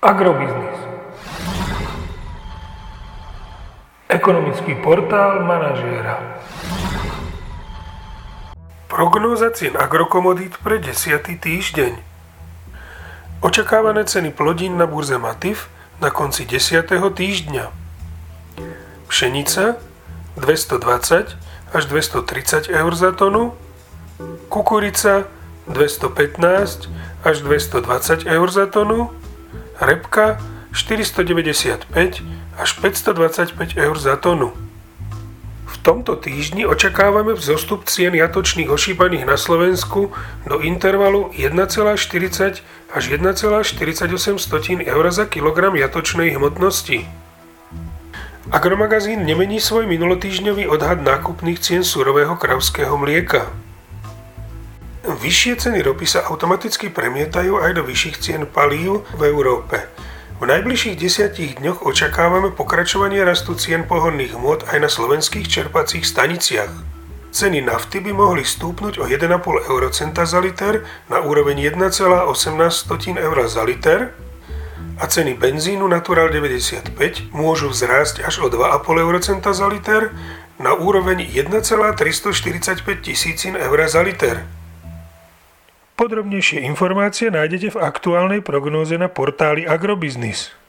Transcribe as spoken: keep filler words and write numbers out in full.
Agrobiznis. Ekonomický portál manažéra. Prognóza cien agrokomodít pre desiaty týždeň. Očakávané ceny plodín na burze Matif na konci desiateho týždňa. Pšenica dvestodvadsať až dvestotridsať eur za tonu, kukurica dvestopätnásť až dvestodvadsať eur za tonu, repka štyristodeväťdesiatpäť až päťstodvadsaťpäť eur za tonu. V tomto týždni očakávame vzostup cien jatočných ošípaných na Slovensku do intervalu jeden celá štyridsať až jeden celá štyridsaťosem eur za kilogram jatočnej hmotnosti. Agromagazín nemení svoj minulotýždňový odhad nákupných cien surového kravského mlieka. Vyššie ceny ropy sa automaticky premietajú aj do vyšších cien palív v Európe. V najbližších desiatich dňoch očakávame pokračovanie rastu cien pohonných hmôt aj na slovenských čerpacích staniciach. Ceny nafty by mohli stúpnuť o jeden celá päť eurocenta za liter na úroveň jeden celá osemnásť eur za liter a ceny benzínu Natural deväťdesiatpäť môžu vzrásť až o dva celá päť eurocenta za liter na úroveň jeden celá tristoštyridsaťpäť tisícin eur za liter. Podrobnejšie informácie nájdete v aktuálnej prognóze na portáli Agrobiznis.